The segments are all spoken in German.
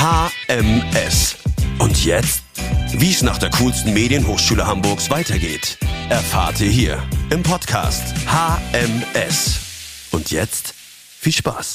HMS. Und jetzt? Wie es nach der coolsten Medienhochschule Hamburgs weitergeht, erfahrt ihr hier im Podcast HMS. Und jetzt viel Spaß.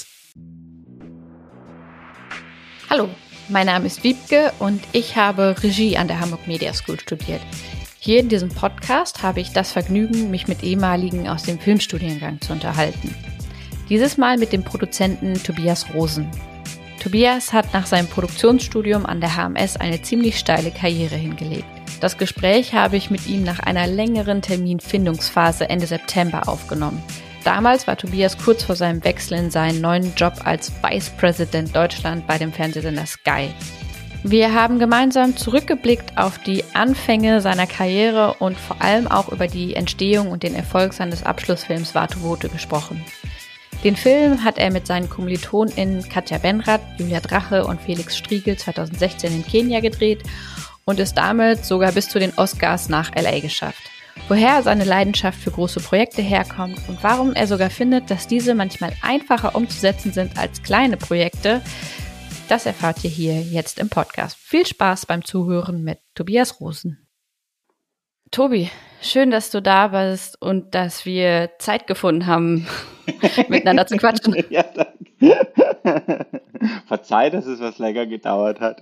Hallo, mein Name ist Wiebke und ich habe Regie an der Hamburg Media School studiert. Hier in diesem Podcast habe ich das Vergnügen, mich mit ehemaligen aus dem Filmstudiengang zu unterhalten. Dieses Mal mit dem Produzenten Tobias Rosen. Tobias hat nach seinem Produktionsstudium an der HMS eine ziemlich steile Karriere hingelegt. Das Gespräch habe ich mit ihm nach einer längeren Terminfindungsphase Ende September aufgenommen. Damals war Tobias kurz vor seinem Wechsel in seinen neuen Job als Vice President Deutschland bei dem Fernsehsender Sky. Wir haben gemeinsam zurückgeblickt auf die Anfänge seiner Karriere und vor allem auch über die Entstehung und den Erfolg seines Abschlussfilms Watu Wote gesprochen. Den Film hat er mit seinen KommilitonInnen Katja Benrath, Julia Drache und Felix Striegel 2016 in Kenia gedreht und ist damit sogar bis zu den Oscars nach LA geschafft. Woher seine Leidenschaft für große Projekte herkommt und warum er sogar findet, dass diese manchmal einfacher umzusetzen sind als kleine Projekte, das erfahrt ihr hier jetzt im Podcast. Viel Spaß beim Zuhören mit Tobias Rosen. Tobi, schön, dass du da bist und dass wir Zeit gefunden haben, miteinander zu quatschen. Ja, danke. Verzeih, dass es was länger gedauert hat.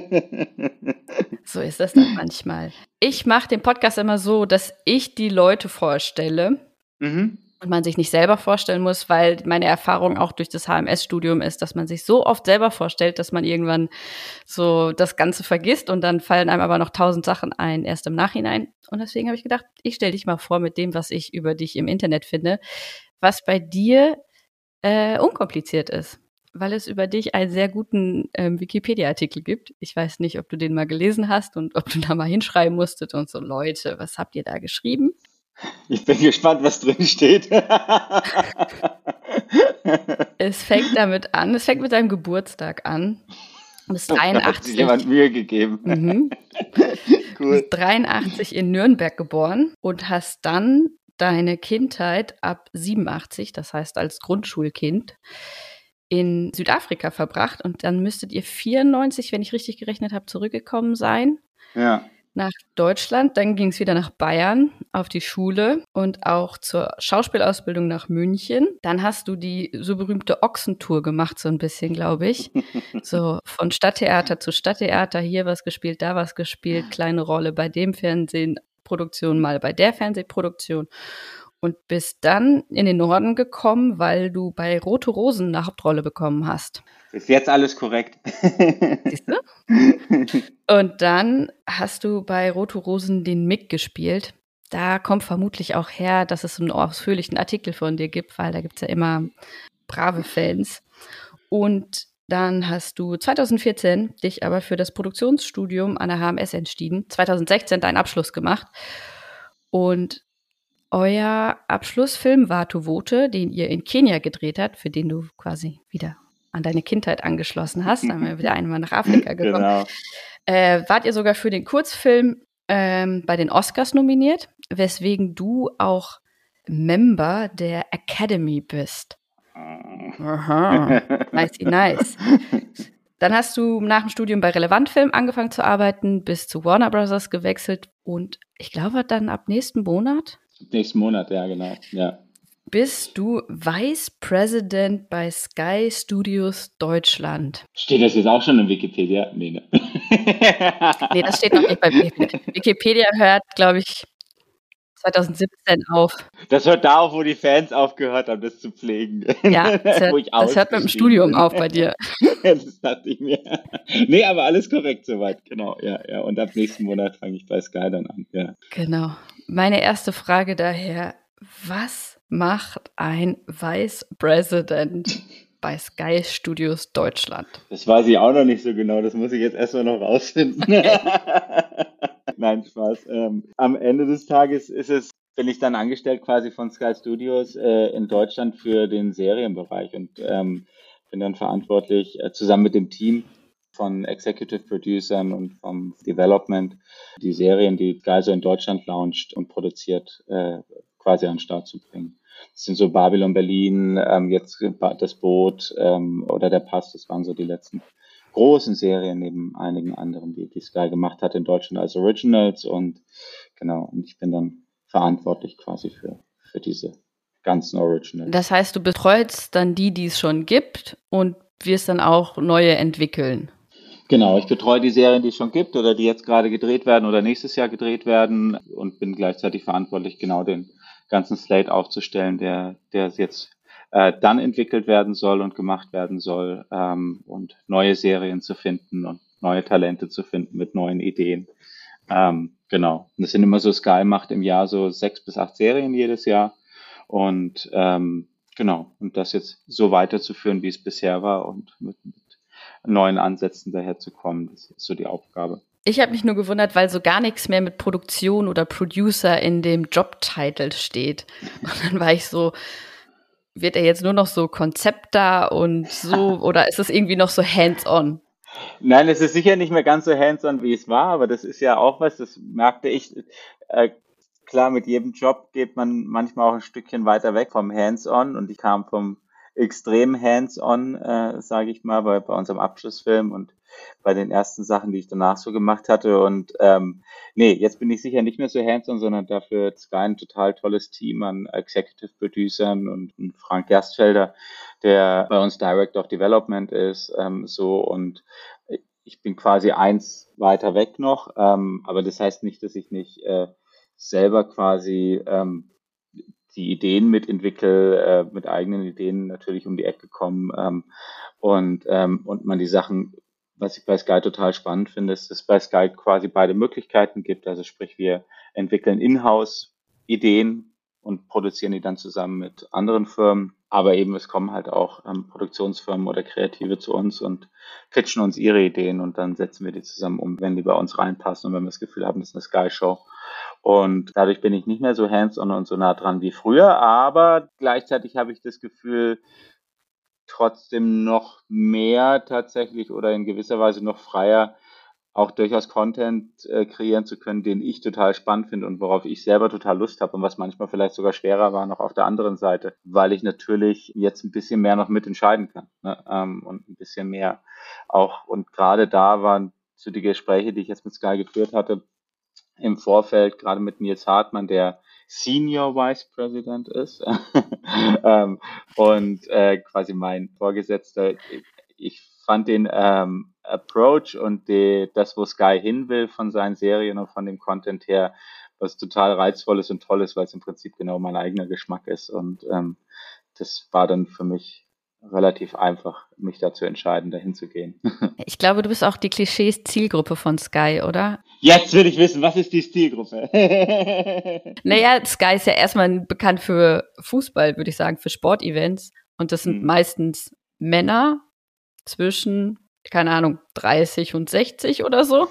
So ist das dann manchmal. Ich mache den Podcast immer so, dass ich die Leute vorstelle und man sich nicht selber vorstellen muss, weil meine Erfahrung auch durch das HMS-Studium ist, dass man sich so oft selber vorstellt, dass man irgendwann so das Ganze vergisst und dann fallen einem aber noch 1000 Sachen ein, erst im Nachhinein. Und deswegen habe ich gedacht, ich stelle dich mal vor mit dem, was ich über dich im Internet finde, was bei dir unkompliziert ist, weil es über dich einen sehr guten Wikipedia-Artikel gibt. Ich weiß nicht, ob du den mal gelesen hast und ob du da mal hinschreiben musstest und so, Leute, was habt ihr da geschrieben? Ich bin gespannt, was drin steht. Es fängt damit an, es fängt mit deinem Geburtstag an. Du bist 83. Hat sich jemand Mühe gegeben. Du bist 83 in Nürnberg geboren und hast dann deine Kindheit ab 87, das heißt als Grundschulkind, in Südafrika verbracht. Und dann müsstet ihr 94, wenn ich richtig gerechnet habe, zurückgekommen sein. Ja. Nach Deutschland, dann ging es wieder nach Bayern auf die Schule und auch zur Schauspielausbildung nach München. Dann hast du die so berühmte Ochsentour gemacht, so ein bisschen, glaube ich. So von Stadttheater zu Stadttheater, hier was gespielt, da was gespielt, kleine Rolle bei dem Fernsehproduktion, mal bei der Fernsehproduktion. Und bist dann in den Norden gekommen, weil du bei Rote Rosen eine Hauptrolle bekommen hast. Ist jetzt alles korrekt. Siehst du? Und dann hast du bei Rote Rosen den Mick gespielt. Da kommt vermutlich auch her, dass es so einen ausführlichen Artikel von dir gibt, weil da gibt es ja immer brave Fans. Und dann hast du 2014 dich aber für das Produktionsstudium an der HMS entschieden. 2016 deinen Abschluss gemacht. Und euer Abschlussfilm Watu Wote, den ihr in Kenia gedreht habt, für den du quasi wieder an deine Kindheit angeschlossen hast, dann haben wir wieder einmal nach Afrika gekommen, genau. Wart ihr sogar für den Kurzfilm bei den Oscars nominiert, weswegen du auch Member der Academy bist. Aha, nice. Dann hast du nach dem Studium bei Relevant Film angefangen zu arbeiten, bist zu Warner Bros. Gewechselt und ich glaube dann ab nächsten Monat, ja, genau, ja. Bist du Vice President bei Sky Studios Deutschland? Steht das jetzt auch schon in Wikipedia? Nee, ne? Nee, das steht noch nicht bei Wikipedia. Wikipedia hört, glaube ich, 2017 auf. Das hört da auf, wo die Fans aufgehört haben, das zu pflegen. Ja, das hört mit dem Studium auf bei dir. Das dachte ich mir. Nee, aber alles korrekt soweit, genau. Ja. Und ab nächsten Monat fange ich bei Sky dann an. Ja. Genau. Meine erste Frage daher, was macht ein Vice President bei Sky Studios Deutschland? Das weiß ich auch noch nicht so genau, das muss ich jetzt erstmal noch rausfinden. Nein, Spaß. Am Ende des Tages bin ich dann angestellt quasi von Sky Studios in Deutschland für den Serienbereich und bin dann verantwortlich zusammen mit dem Team von Executive Producern und vom Development die Serien, die Sky so in Deutschland launcht und produziert, quasi an den Start zu bringen. Das sind so Babylon Berlin, jetzt das Boot oder der Pass, das waren so die letzten großen Serien neben einigen anderen, die Sky gemacht hat in Deutschland als Originals und genau, und ich bin dann verantwortlich quasi für diese ganzen Originals. Das heißt, du betreust dann die es schon gibt und wirst dann auch neue entwickeln. Genau, ich betreue die Serien, die es schon gibt oder die jetzt gerade gedreht werden oder nächstes Jahr gedreht werden und bin gleichzeitig verantwortlich, genau den ganzen Slate aufzustellen, der jetzt dann entwickelt werden soll und gemacht werden soll und neue Serien zu finden und neue Talente zu finden mit neuen Ideen. Genau, und das sind immer so, Sky macht im Jahr so 6 bis 8 Serien jedes Jahr und genau, und das jetzt so weiterzuführen, wie es bisher war und mit neuen Ansätzen daherzukommen. Das ist so die Aufgabe. Ich habe mich nur gewundert, weil so gar nichts mehr mit Produktion oder Producer in dem Jobtitel steht. Und dann war ich so, wird er jetzt nur noch so Konzept da und so, oder ist es irgendwie noch so hands-on? Nein, es ist sicher nicht mehr ganz so hands-on, wie es war, aber das ist ja auch was, das merkte ich. Klar, mit jedem Job geht man manchmal auch ein Stückchen weiter weg vom Hands-on und ich kam vom extrem hands-on, sage ich mal, bei unserem Abschlussfilm und bei den ersten Sachen, die ich danach so gemacht hatte. Und nee, jetzt bin ich sicher nicht mehr so hands-on, sondern dafür hat Sky ein total tolles Team an Executive Producern und Frank Gerstfelder, der bei uns Director of Development ist, so und ich bin quasi eins weiter weg noch, aber das heißt nicht, dass ich nicht selber quasi die Ideen mitentwickle, mit eigenen Ideen natürlich um die Ecke kommen und man die Sachen, was ich bei Sky total spannend finde, ist, dass es bei Sky quasi beide Möglichkeiten gibt. Also sprich, wir entwickeln in-house Ideen und produzieren die dann zusammen mit anderen Firmen. Aber eben, es kommen halt auch Produktionsfirmen oder Kreative zu uns und pitchen uns ihre Ideen und dann setzen wir die zusammen um, wenn die bei uns reinpassen und wenn wir das Gefühl haben, das ist eine Sky-Show. Und dadurch bin ich nicht mehr so hands-on und so nah dran wie früher, aber gleichzeitig habe ich das Gefühl, trotzdem noch mehr tatsächlich oder in gewisser Weise noch freier auch durchaus Content kreieren zu können, den ich total spannend finde und worauf ich selber total Lust habe und was manchmal vielleicht sogar schwerer war noch auf der anderen Seite, weil ich natürlich jetzt ein bisschen mehr noch mitentscheiden kann, ne? Und ein bisschen mehr auch, und gerade da waren so die Gespräche, die ich jetzt mit Sky geführt hatte, im Vorfeld, gerade mit Nils Hartmann, der Senior Vice President ist und quasi mein Vorgesetzter. Ich fand den Approach und das, wo Sky hin will von seinen Serien und von dem Content her, was total reizvolles und tolles, weil es im Prinzip genau mein eigener Geschmack ist. Und das war dann für mich relativ einfach, mich da zu entscheiden, dahin zu gehen. Ich glaube, du bist auch die Klischees-Zielgruppe von Sky, oder? Jetzt will ich wissen, was ist die Zielgruppe? Naja, Sky ist ja erstmal bekannt für Fußball, würde ich sagen, für Sportevents. Und das sind meistens Männer zwischen, keine Ahnung, 30 und 60 oder so.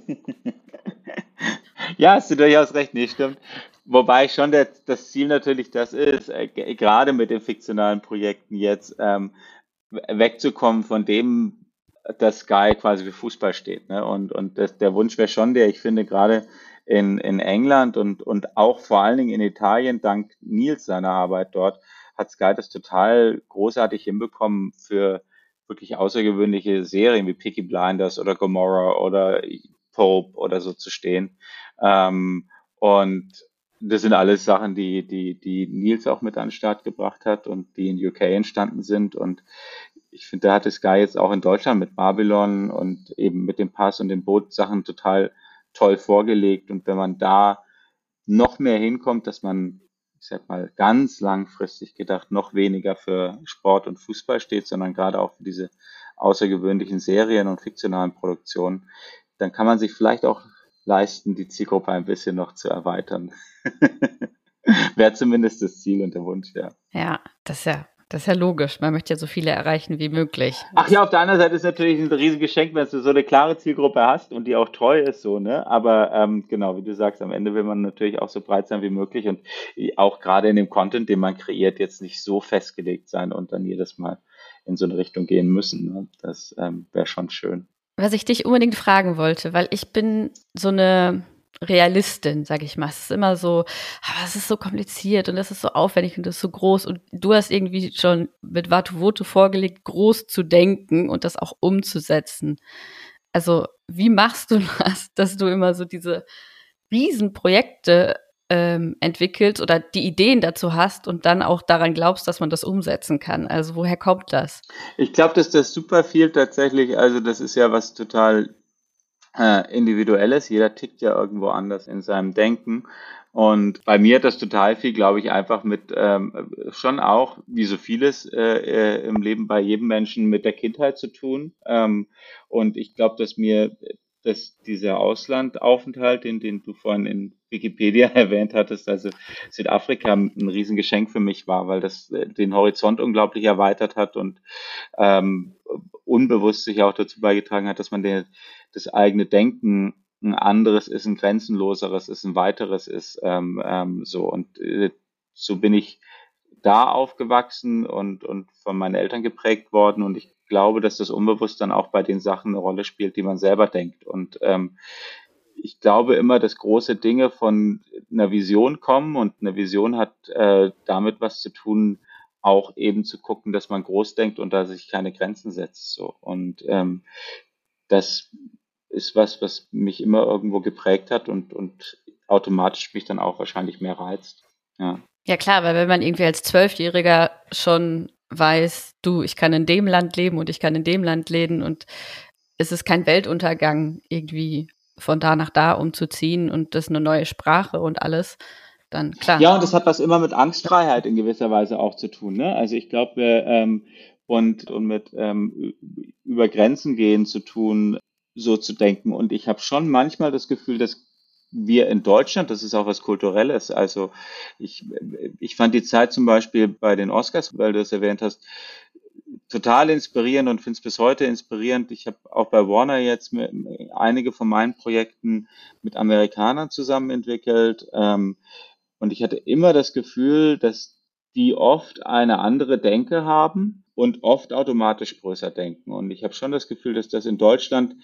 Ja, hast du durchaus recht, nee, stimmt. Wobei schon das Ziel natürlich das ist, gerade mit den fiktionalen Projekten jetzt wegzukommen von dem, dass Sky quasi für Fußball steht. Ne? Und der Wunsch wäre schon der, ich finde gerade in England und auch vor allen Dingen in Italien, dank Nils seiner Arbeit dort, hat Sky das total großartig hinbekommen, für wirklich außergewöhnliche Serien wie Peaky Blinders oder Gomorrah oder Pope oder so zu stehen. Und das sind alles Sachen, die Nils auch mit an den Start gebracht hat und die in UK entstanden sind. Und ich finde, da hatte Sky jetzt auch in Deutschland mit Babylon und eben mit dem Pass und dem Boot Sachen total toll vorgelegt. Und wenn man da noch mehr hinkommt, dass man, ich sag mal, ganz langfristig gedacht, noch weniger für Sport und Fußball steht, sondern gerade auch für diese außergewöhnlichen Serien und fiktionalen Produktionen, dann kann man sich vielleicht auch leisten, die Zielgruppe ein bisschen noch zu erweitern. Wäre zumindest das Ziel und der Wunsch, ja. Ja, das ist ja logisch. Man möchte ja so viele erreichen wie möglich. Ach ja, auf der anderen Seite ist natürlich ein riesiges Geschenk, wenn du so eine klare Zielgruppe hast und die auch treu ist, so, ne? Aber genau, wie du sagst, am Ende will man natürlich auch so breit sein wie möglich und auch gerade in dem Content, den man kreiert, jetzt nicht so festgelegt sein und dann jedes Mal in so eine Richtung gehen müssen. Ne? Das wäre schon schön. Was ich dich unbedingt fragen wollte, weil ich bin so eine Realistin, sag ich mal. Es ist immer so, aber es ist so kompliziert und das ist so aufwendig und das ist so groß. Und du hast irgendwie schon mit Watu Woto vorgelegt, groß zu denken und das auch umzusetzen. Also wie machst du das, dass du immer so diese Riesenprojekte entwickelst oder die Ideen dazu hast und dann auch daran glaubst, dass man das umsetzen kann? Also woher kommt das? Ich glaube, dass das super viel tatsächlich, also das ist ja was total Individuelles. Jeder tickt ja irgendwo anders in seinem Denken. Und bei mir hat das total viel, glaube ich, einfach mit schon auch, wie so vieles im Leben bei jedem Menschen, mit der Kindheit zu tun. Und ich glaube, dass dieser Auslandaufenthalt, den du vorhin in Wikipedia erwähnt hattest, also Südafrika, ein Riesengeschenk für mich war, weil das den Horizont unglaublich erweitert hat und unbewusst sich auch dazu beigetragen hat, dass man das eigene Denken ein anderes ist, ein grenzenloseres ist, ein weiteres ist. So und so bin ich da aufgewachsen und von meinen Eltern geprägt worden und ich glaube, dass das unbewusst dann auch bei den Sachen eine Rolle spielt, die man selber denkt. Und ich glaube immer, dass große Dinge von einer Vision kommen und eine Vision hat damit was zu tun, auch eben zu gucken, dass man groß denkt und da sich keine Grenzen setzt. So. Und das ist was mich immer irgendwo geprägt hat und automatisch mich dann auch wahrscheinlich mehr reizt. Ja. Ja klar, weil wenn man irgendwie als 12-Jähriger schon weiß, ich kann in dem Land leben und ich kann in dem Land leben und es ist kein Weltuntergang, irgendwie von da nach da umzuziehen und das ist eine neue Sprache und alles, dann klar. Ja, und das hat was immer mit Angstfreiheit in gewisser Weise auch zu tun. Ne? Also ich glaube, und mit über Grenzen gehen zu tun, so zu denken. Und ich habe schon manchmal das Gefühl, dass wir in Deutschland, das ist auch was Kulturelles. Also ich fand die Zeit zum Beispiel bei den Oscars, weil du es erwähnt hast, total inspirierend und finde es bis heute inspirierend. Ich habe auch bei Warner jetzt einige von meinen Projekten mit Amerikanern zusammen entwickelt. Und ich hatte immer das Gefühl, dass die oft eine andere Denke haben und oft automatisch größer denken. Und ich habe schon das Gefühl, dass das in Deutschland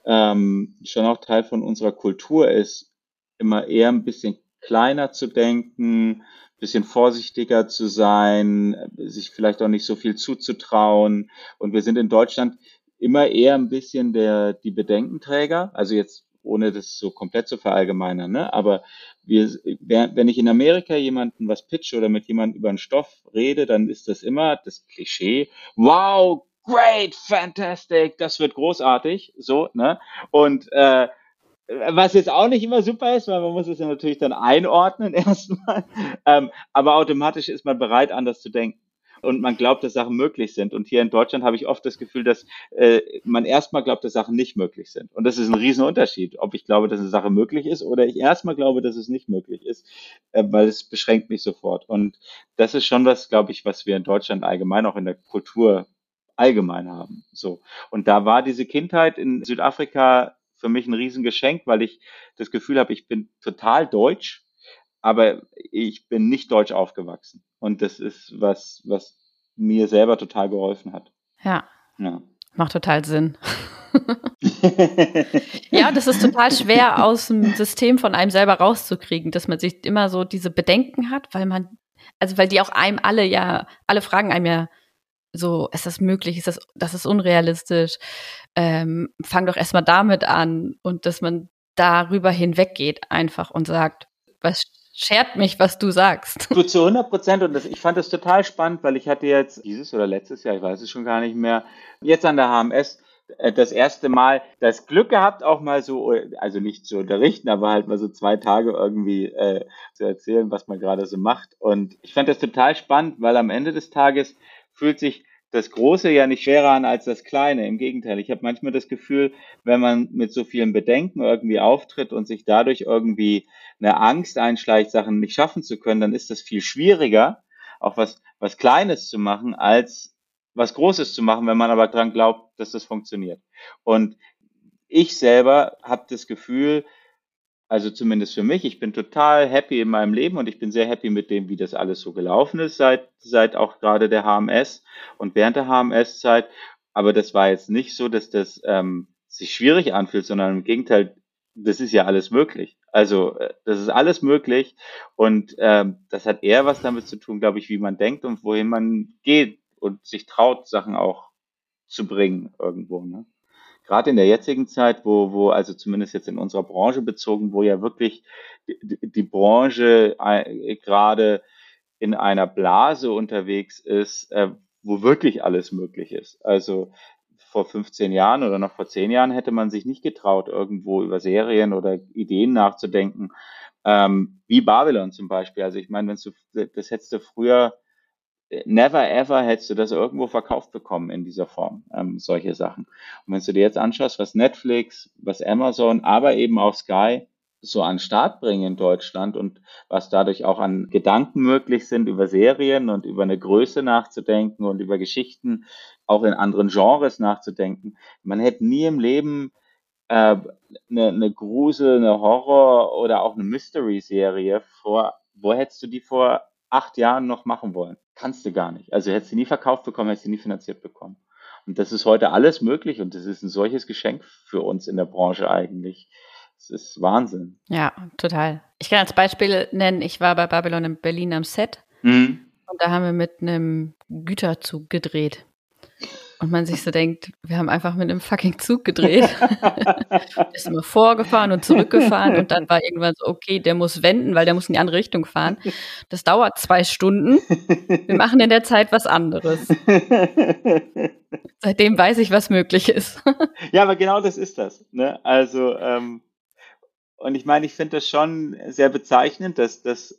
schon auch Teil von unserer Kultur ist, immer eher ein bisschen kleiner zu denken, ein bisschen vorsichtiger zu sein, sich vielleicht auch nicht so viel zuzutrauen. Und wir sind in Deutschland immer eher ein bisschen die Bedenkenträger. Also jetzt ohne das so komplett zu verallgemeinern, ne? Aber wenn ich in Amerika jemanden was pitche oder mit jemandem über einen Stoff rede, dann ist das immer das Klischee. Wow, great, fantastic, das wird großartig, so, ne? Und was jetzt auch nicht immer super ist, weil man muss es ja natürlich dann einordnen erstmal, aber automatisch ist man bereit, anders zu denken. Und man glaubt, dass Sachen möglich sind. Und hier in Deutschland habe ich oft das Gefühl, dass man erstmal glaubt, dass Sachen nicht möglich sind. Und das ist ein Riesenunterschied, ob ich glaube, dass eine Sache möglich ist oder ich erstmal glaube, dass es nicht möglich ist, weil es beschränkt mich sofort. Und das ist schon was, glaube ich, was wir in Deutschland allgemein auch in der Kultur allgemein haben. So. Und da war diese Kindheit in Südafrika für mich ein Riesengeschenk, weil ich das Gefühl habe, ich bin total deutsch, aber ich bin nicht deutsch aufgewachsen. Und das ist was mir selber total geholfen hat. Ja, Ja. macht total Sinn. Ja, das ist total schwer aus dem System von einem selber rauszukriegen, dass man sich immer so diese Bedenken hat, weil die auch alle fragen einem ja so, ist das möglich, das ist unrealistisch, fang doch erstmal damit an und dass man darüber hinweggeht einfach und sagt, was schert mich, was du sagst. Du zu 100% und ich fand das total spannend, weil ich hatte jetzt dieses oder letztes Jahr, ich weiß es schon gar nicht mehr, jetzt an der HMS das erste Mal das Glück gehabt, auch mal so, also nicht zu unterrichten, aber halt mal so 2 Tage irgendwie zu erzählen, was man gerade so macht. Und ich fand das total spannend, weil am Ende des Tages fühlt sich das Große ja nicht schwerer an als das Kleine. Im Gegenteil, ich habe manchmal das Gefühl, wenn man mit so vielen Bedenken irgendwie auftritt und sich dadurch irgendwie eine Angst einschleicht, Sachen nicht schaffen zu können, dann ist das viel schwieriger, auch was Kleines zu machen, als was Großes zu machen, wenn man aber dran glaubt, dass das funktioniert. Und ich selber habe das Gefühl, also zumindest für mich, ich bin total happy in meinem Leben und ich bin sehr happy mit dem, wie das alles so gelaufen ist seit auch gerade der HMS und während der HMS-Zeit. Aber das war jetzt nicht so, dass das sich schwierig anfühlt, sondern im Gegenteil, das ist ja alles möglich. Also das ist alles möglich und das hat eher was damit zu tun, glaube ich, wie man denkt und wohin man geht und sich traut, Sachen auch zu bringen irgendwo. Ne? Gerade in der jetzigen Zeit, also zumindest jetzt in unserer Branche bezogen, wo ja wirklich die Branche gerade in einer Blase unterwegs ist, wo wirklich alles möglich ist. Also vor 15 Jahren oder noch vor 10 Jahren hätte man sich nicht getraut, irgendwo über Serien oder Ideen nachzudenken, wie Babylon zum Beispiel. Also ich meine, das hättest du früher never ever hättest du das irgendwo verkauft bekommen in dieser Form, solche Sachen. Und wenn du dir jetzt anschaust, was Netflix, was Amazon, aber eben auch Sky so an Start bringen in Deutschland und was dadurch auch an Gedanken möglich sind über Serien und über eine Größe nachzudenken und über Geschichten auch in anderen Genres nachzudenken. Man hätte nie im Leben eine Grusel, eine Horror- oder auch eine Mystery-Serie wo hättest du die vor 8 Jahren noch machen wollen? Kannst du gar nicht. Also hättest du nie verkauft bekommen, hättest du nie finanziert bekommen. Und das ist heute alles möglich und das ist ein solches Geschenk für uns in der Branche eigentlich. Das ist Wahnsinn. Ja, total. Ich kann als Beispiel nennen, ich war bei Babylon in Berlin am Set Mhm. und da haben wir mit einem Güterzug gedreht. Und man sich so denkt, wir haben einfach mit einem fucking Zug gedreht. Ist immer vorgefahren und zurückgefahren und dann war irgendwann so, okay, der muss wenden, weil der muss in die andere Richtung fahren. Das dauert 2 Stunden. Wir machen in der Zeit was anderes. Seitdem weiß ich, was möglich ist. Ja, aber genau das ist das. Ne? Also, und ich meine, ich finde das schon sehr bezeichnend, dass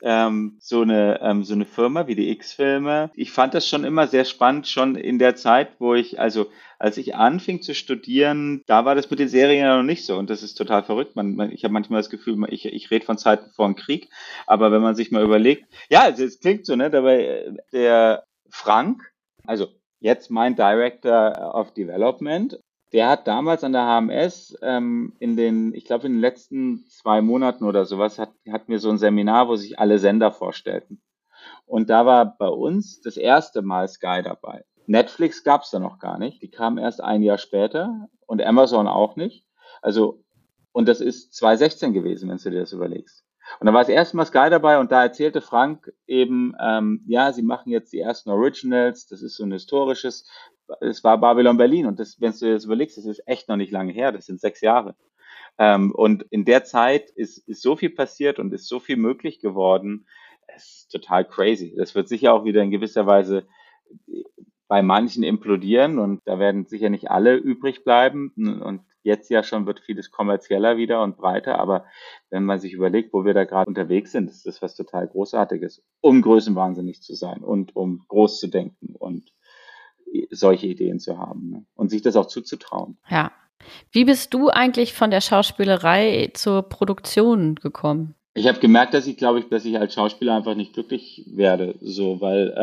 so eine Firma wie die X-Filme, ich fand das schon immer sehr spannend, schon in der Zeit, also als ich anfing zu studieren, da war das mit den Serien ja noch nicht so und das ist total verrückt. Ich habe manchmal das Gefühl, ich rede von Zeiten vor dem Krieg, aber wenn man sich mal überlegt, ja, es klingt so, ne, dabei der Frank, also jetzt mein Director of Development, der hat damals an der HMS ich glaube in den letzten 2 Monaten oder sowas, hatten wir so ein Seminar, wo sich alle Sender vorstellten. Und da war bei uns das erste Mal Sky dabei. Netflix gab es da noch gar nicht. Die kam erst ein Jahr später und Amazon auch nicht. Also, und das ist 2016 gewesen, wenn du dir das überlegst. Und da war das erste Mal Sky dabei und da erzählte Frank eben, ja, sie machen jetzt die ersten Originals, das ist so ein historisches, es war Babylon Berlin und das, wenn du dir das überlegst, das ist echt noch nicht lange her, das sind 6 Jahre. Und in der Zeit ist so viel passiert und ist so viel möglich geworden, es ist total crazy. Das wird sicher auch wieder in gewisser Weise bei manchen implodieren und da werden sicher nicht alle übrig bleiben. Und jetzt ja schon wird vieles kommerzieller wieder und breiter, aber wenn man sich überlegt, wo wir da gerade unterwegs sind, ist das was total Großartiges, um größenwahnsinnig zu sein und um groß zu denken und solche Ideen zu haben, ne? Und sich das auch zuzutrauen. Ja. Wie bist du eigentlich von der Schauspielerei zur Produktion gekommen? Ich habe gemerkt, dass ich als Schauspieler einfach nicht glücklich werde, so, weil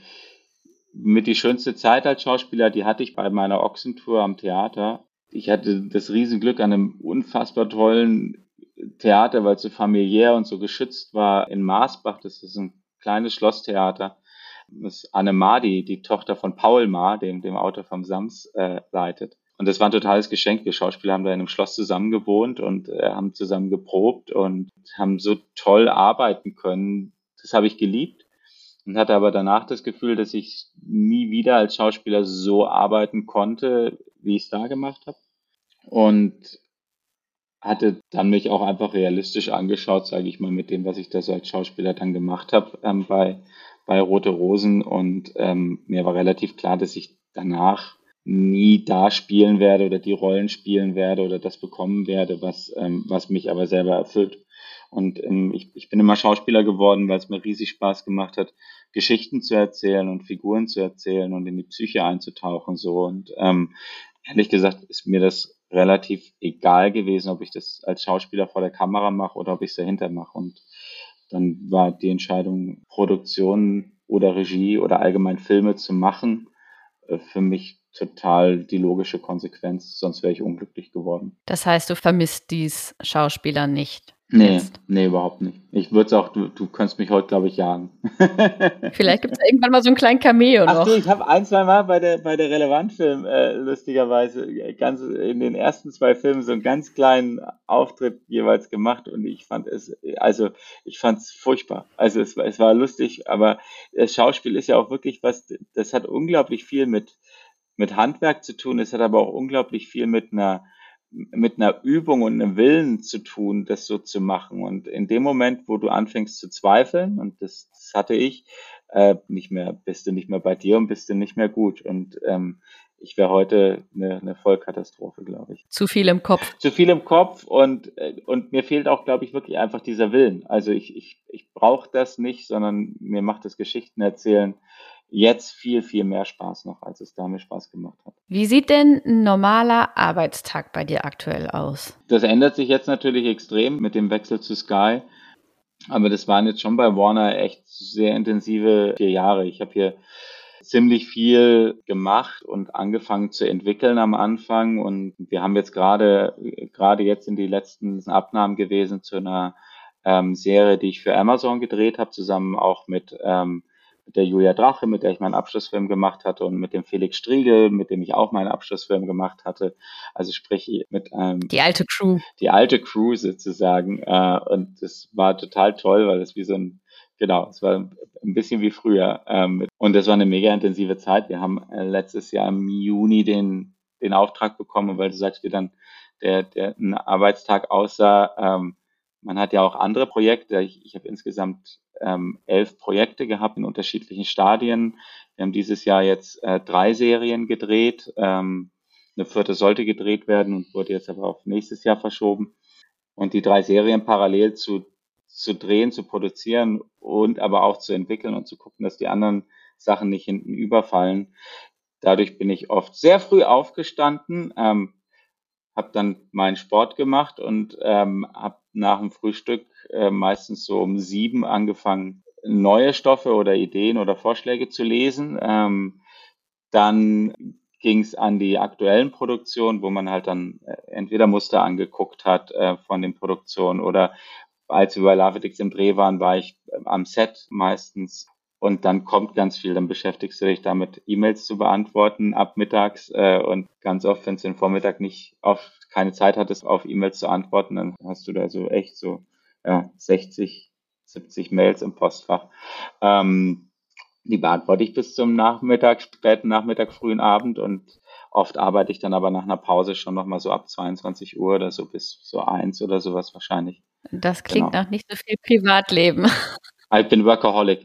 mit die schönste Zeit als Schauspieler, die hatte ich bei meiner Ochsentour am Theater. Ich hatte das Riesenglück an einem unfassbar tollen Theater, weil es so familiär und so geschützt war in Marsbach. Das ist ein kleines Schlosstheater. Das Anne Maar, die Tochter von Paul Maar, dem Autor vom Sams, leitet. Und das war ein totales Geschenk. Wir Schauspieler haben da in einem Schloss zusammen gewohnt und haben zusammen geprobt und haben so toll arbeiten können. Das habe ich geliebt und hatte aber danach das Gefühl, dass ich nie wieder als Schauspieler so arbeiten konnte, wie ich es da gemacht habe. Und hatte dann mich auch einfach realistisch angeschaut, sage ich mal, mit dem, was ich da so als Schauspieler dann gemacht habe bei Rote Rosen. Und mir war relativ klar, dass ich danach nie da spielen werde oder die Rollen spielen werde oder das bekommen werde, was mich aber selber erfüllt. Und ich bin immer Schauspieler geworden, weil es mir riesig Spaß gemacht hat, Geschichten zu erzählen und Figuren zu erzählen und in die Psyche einzutauchen so. Und ehrlich gesagt ist mir das relativ egal gewesen, ob ich das als Schauspieler vor der Kamera mache oder ob ich es dahinter mache. Und dann war die Entscheidung, Produktion oder Regie oder allgemein Filme zu machen, für mich total die logische Konsequenz, sonst wäre ich unglücklich geworden. Das heißt, du vermisst dies Schauspieler nicht? Nee, jetzt? nee, überhaupt nicht. Ich würde es auch, du könntest mich heute, glaube ich, jagen. Vielleicht gibt es irgendwann mal so einen kleinen Cameo Ach du, noch. ich habe ein, zwei Mal bei der Relevant-Film lustigerweise ganz in den ersten zwei Filmen so einen ganz kleinen Auftritt jeweils gemacht und ich fand es furchtbar. Also es war lustig, aber das Schauspiel ist ja auch wirklich was, das hat unglaublich viel mit Handwerk zu tun, es hat aber auch unglaublich viel mit einer Übung und einem Willen zu tun, das so zu machen. Und in dem Moment, wo du anfängst zu zweifeln, und das hatte ich, bist du nicht mehr bei dir und bist du nicht mehr gut. Und ich wäre heute eine Vollkatastrophe, glaube ich. Zu viel im Kopf. Zu viel im Kopf und mir fehlt auch, glaube ich, wirklich einfach dieser Willen. Also ich brauche das nicht, sondern mir macht das Geschichten erzählen jetzt viel, viel mehr Spaß noch, als es da mir Spaß gemacht hat. Wie sieht denn ein normaler Arbeitstag bei dir aktuell aus? Das ändert sich jetzt natürlich extrem mit dem Wechsel zu Sky. Aber das waren jetzt schon bei Warner echt sehr intensive 4 Jahre. Ich habe hier ziemlich viel gemacht und angefangen zu entwickeln am Anfang. Und wir haben jetzt gerade jetzt in die letzten Abnahmen gewesen zu einer Serie, die ich für Amazon gedreht habe, zusammen auch mit der Julia Drache, mit der ich meinen Abschlussfilm gemacht hatte, und mit dem Felix Striegel, mit dem ich auch meinen Abschlussfilm gemacht hatte. Also sprich mit Die alte Crew. die alte Crew sozusagen. Und das war total toll, weil es es war ein bisschen wie früher. Und das war eine mega intensive Zeit. Wir haben letztes Jahr im Juni den Auftrag bekommen, weil du sagst, wie dann der ein Arbeitstag aussah. Man hat ja auch andere Projekte. Ich habe insgesamt 11 Projekte gehabt in unterschiedlichen Stadien. Wir haben dieses Jahr jetzt 3 Serien gedreht. Eine vierte sollte gedreht werden und wurde jetzt aber auf nächstes Jahr verschoben. Und die 3 Serien parallel zu drehen, zu produzieren und aber auch zu entwickeln und zu gucken, dass die anderen Sachen nicht hinten überfallen. Dadurch bin ich oft sehr früh aufgestanden, habe dann meinen Sport gemacht und habe nach dem Frühstück meistens so um 7 angefangen, neue Stoffe oder Ideen oder Vorschläge zu lesen. Dann ging es an die aktuellen Produktionen, wo man halt dann entweder Muster angeguckt hat von den Produktionen, oder als wir bei Lavedix im Dreh waren, war ich am Set meistens. Und dann kommt ganz viel, dann beschäftigst du dich damit, E-Mails zu beantworten ab mittags. Und ganz oft, wenn du den Vormittag nicht keine Zeit hattest, auf E-Mails zu antworten, dann hast du da so echt so 60, 70 Mails im Postfach. Die beantworte ich bis zum Nachmittag, späten Nachmittag, frühen Abend, und oft arbeite ich dann aber nach einer Pause schon nochmal so ab 22 Uhr oder so bis so 1 oder sowas wahrscheinlich. Das klingt Genau. nach nicht so viel Privatleben. Ich bin Workaholic.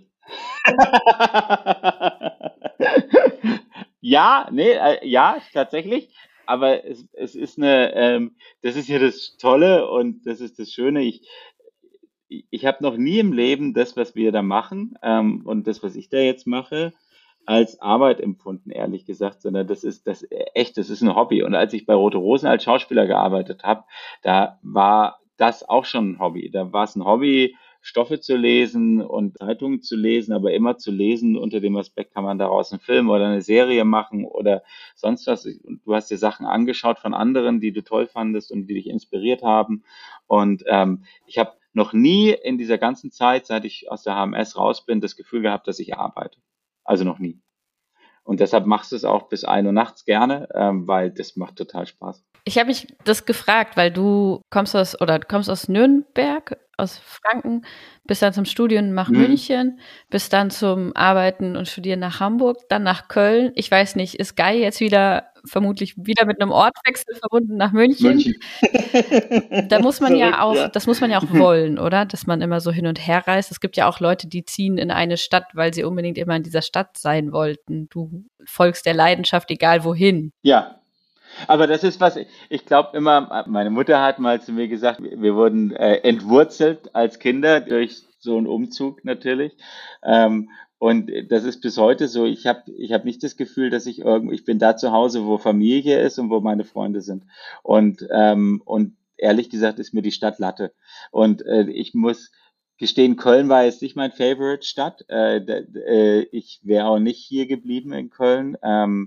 Ja, nee, ja, tatsächlich. Aber es ist das ist ja das Tolle und das ist das Schöne. Ich habe noch nie im Leben das, was wir da machen, und das, was ich da jetzt mache, als Arbeit empfunden, ehrlich gesagt, sondern das ist ein Hobby. Und als ich bei Rote Rosen als Schauspieler gearbeitet habe, da war das auch schon ein Hobby. Da war es ein Hobby, Stoffe zu lesen und Zeitungen zu lesen, aber immer zu lesen unter dem Aspekt, kann man daraus einen Film oder eine Serie machen oder sonst was. Und du hast dir Sachen angeschaut von anderen, die du toll fandest und die dich inspiriert haben. Und ich habe noch nie in dieser ganzen Zeit, seit ich aus der HMS raus bin, das Gefühl gehabt, dass ich arbeite. Also noch nie. Und deshalb machst du es auch bis 1 Uhr nachts gerne, weil das macht total Spaß. Ich habe mich das gefragt, weil du kommst aus Nürnberg, aus Franken, bist dann zum Studium nach München, bist dann zum Arbeiten und Studieren nach Hamburg, dann nach Köln. Ich weiß nicht, ist Guy jetzt vermutlich wieder mit einem Ortwechsel verbunden nach München? Da muss man ja auch, das muss man ja auch wollen, oder? Dass man immer so hin und her reist. Es gibt ja auch Leute, die ziehen in eine Stadt, weil sie unbedingt immer in dieser Stadt sein wollten. Du folgst der Leidenschaft, egal wohin. Ja, aber das ist was, ich glaube immer, meine Mutter hat mal zu mir gesagt, wir wurden entwurzelt als Kinder durch so einen Umzug natürlich. Und das ist bis heute so. Ich hab nicht das Gefühl, dass ich bin da zu Hause, wo Familie ist und wo meine Freunde sind. Und ehrlich gesagt ist mir die Stadt Latte. Und ich muss gestehen, Köln war jetzt nicht mein Favorite Stadt. Ich wäre auch nicht hier geblieben in Köln.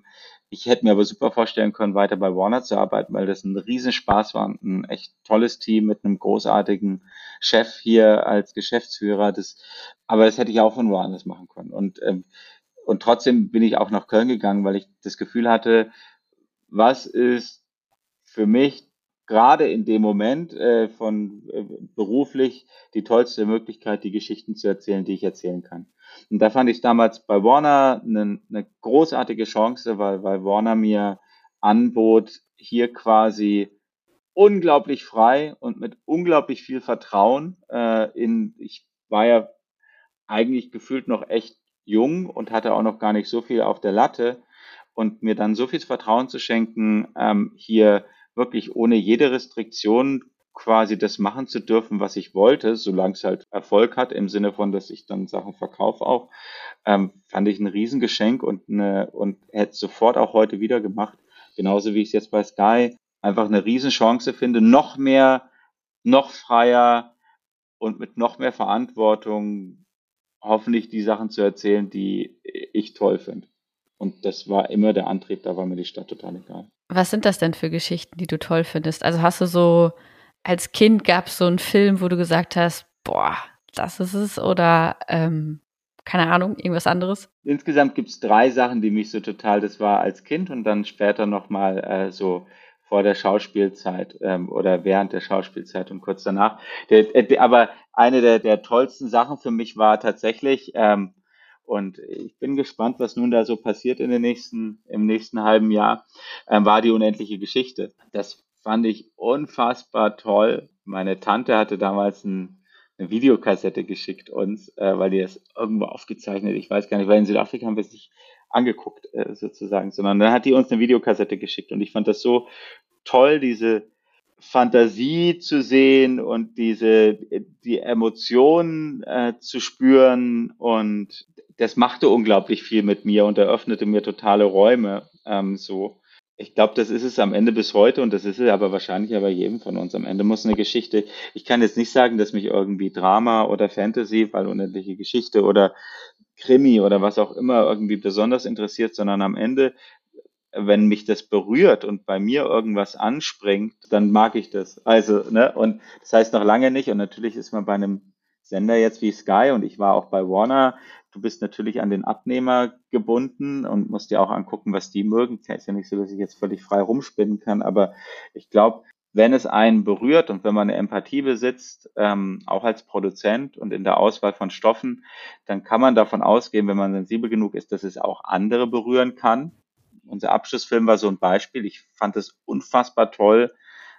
Ich hätte mir aber super vorstellen können, weiter bei Warner zu arbeiten, weil das ein Riesenspaß war und ein echt tolles Team mit einem großartigen Chef hier als Geschäftsführer. Aber das hätte ich auch von woanders machen können. Und trotzdem bin ich auch nach Köln gegangen, weil ich das Gefühl hatte, was ist für mich gerade in dem Moment beruflich die tollste Möglichkeit, die Geschichten zu erzählen, die ich erzählen kann. Und da fand ich damals bei Warner eine großartige Chance, weil Warner mir anbot, hier quasi unglaublich frei und mit unglaublich viel Vertrauen ich war ja eigentlich gefühlt noch echt jung und hatte auch noch gar nicht so viel auf der Latte und mir dann so viel Vertrauen zu schenken, hier wirklich ohne jede Restriktion quasi das machen zu dürfen, was ich wollte, solange es halt Erfolg hat, im Sinne von, dass ich dann Sachen verkaufe auch, fand ich ein Riesengeschenk und hätte es sofort auch heute wieder gemacht. Genauso wie ich es jetzt bei Sky einfach eine Riesenchance finde, noch mehr, noch freier und mit noch mehr Verantwortung hoffentlich die Sachen zu erzählen, die ich toll finde. Und das war immer der Antrieb, da war mir die Stadt total egal. Was sind das denn für Geschichten, die du toll findest? Also hast du so, als Kind gab es so einen Film, wo du gesagt hast, boah, das ist es oder keine Ahnung, irgendwas anderes? Insgesamt gibt es 3 Sachen, die mich so total, das war als Kind und dann später nochmal so vor der Schauspielzeit oder während der Schauspielzeit und kurz danach. Aber eine der tollsten Sachen für mich war tatsächlich, und ich bin gespannt, was nun da so passiert im nächsten halben Jahr, war die unendliche Geschichte. Das fand ich unfassbar toll. Meine Tante hatte damals eine Videokassette geschickt uns, weil die es irgendwo aufgezeichnet, ich weiß gar nicht, weil in Südafrika haben wir es nicht angeguckt sozusagen, sondern dann hat die uns eine Videokassette geschickt und ich fand das so toll, diese Fantasie zu sehen und die Emotionen zu spüren und das machte unglaublich viel mit mir und eröffnete mir totale Räume so. Ich glaube, das ist es am Ende bis heute und das ist es aber wahrscheinlich bei jedem von uns. Am Ende muss eine Geschichte, ich kann jetzt nicht sagen, dass mich irgendwie Drama oder Fantasy, weil unendliche Geschichte oder Krimi oder was auch immer irgendwie besonders interessiert, sondern am Ende, wenn mich das berührt und bei mir irgendwas anspringt, dann mag ich das. Also, ne, und das heißt noch lange nicht, und natürlich ist man bei einem Sender jetzt wie Sky und ich war auch bei Warner, du bist natürlich an den Abnehmer gebunden und musst dir auch angucken, was die mögen. Es ist ja nicht so, dass ich jetzt völlig frei rumspinnen kann, aber ich glaube, wenn es einen berührt und wenn man eine Empathie besitzt, auch als Produzent und in der Auswahl von Stoffen, dann kann man davon ausgehen, wenn man sensibel genug ist, dass es auch andere berühren kann. Unser Abschlussfilm war so ein Beispiel. Ich fand es unfassbar toll,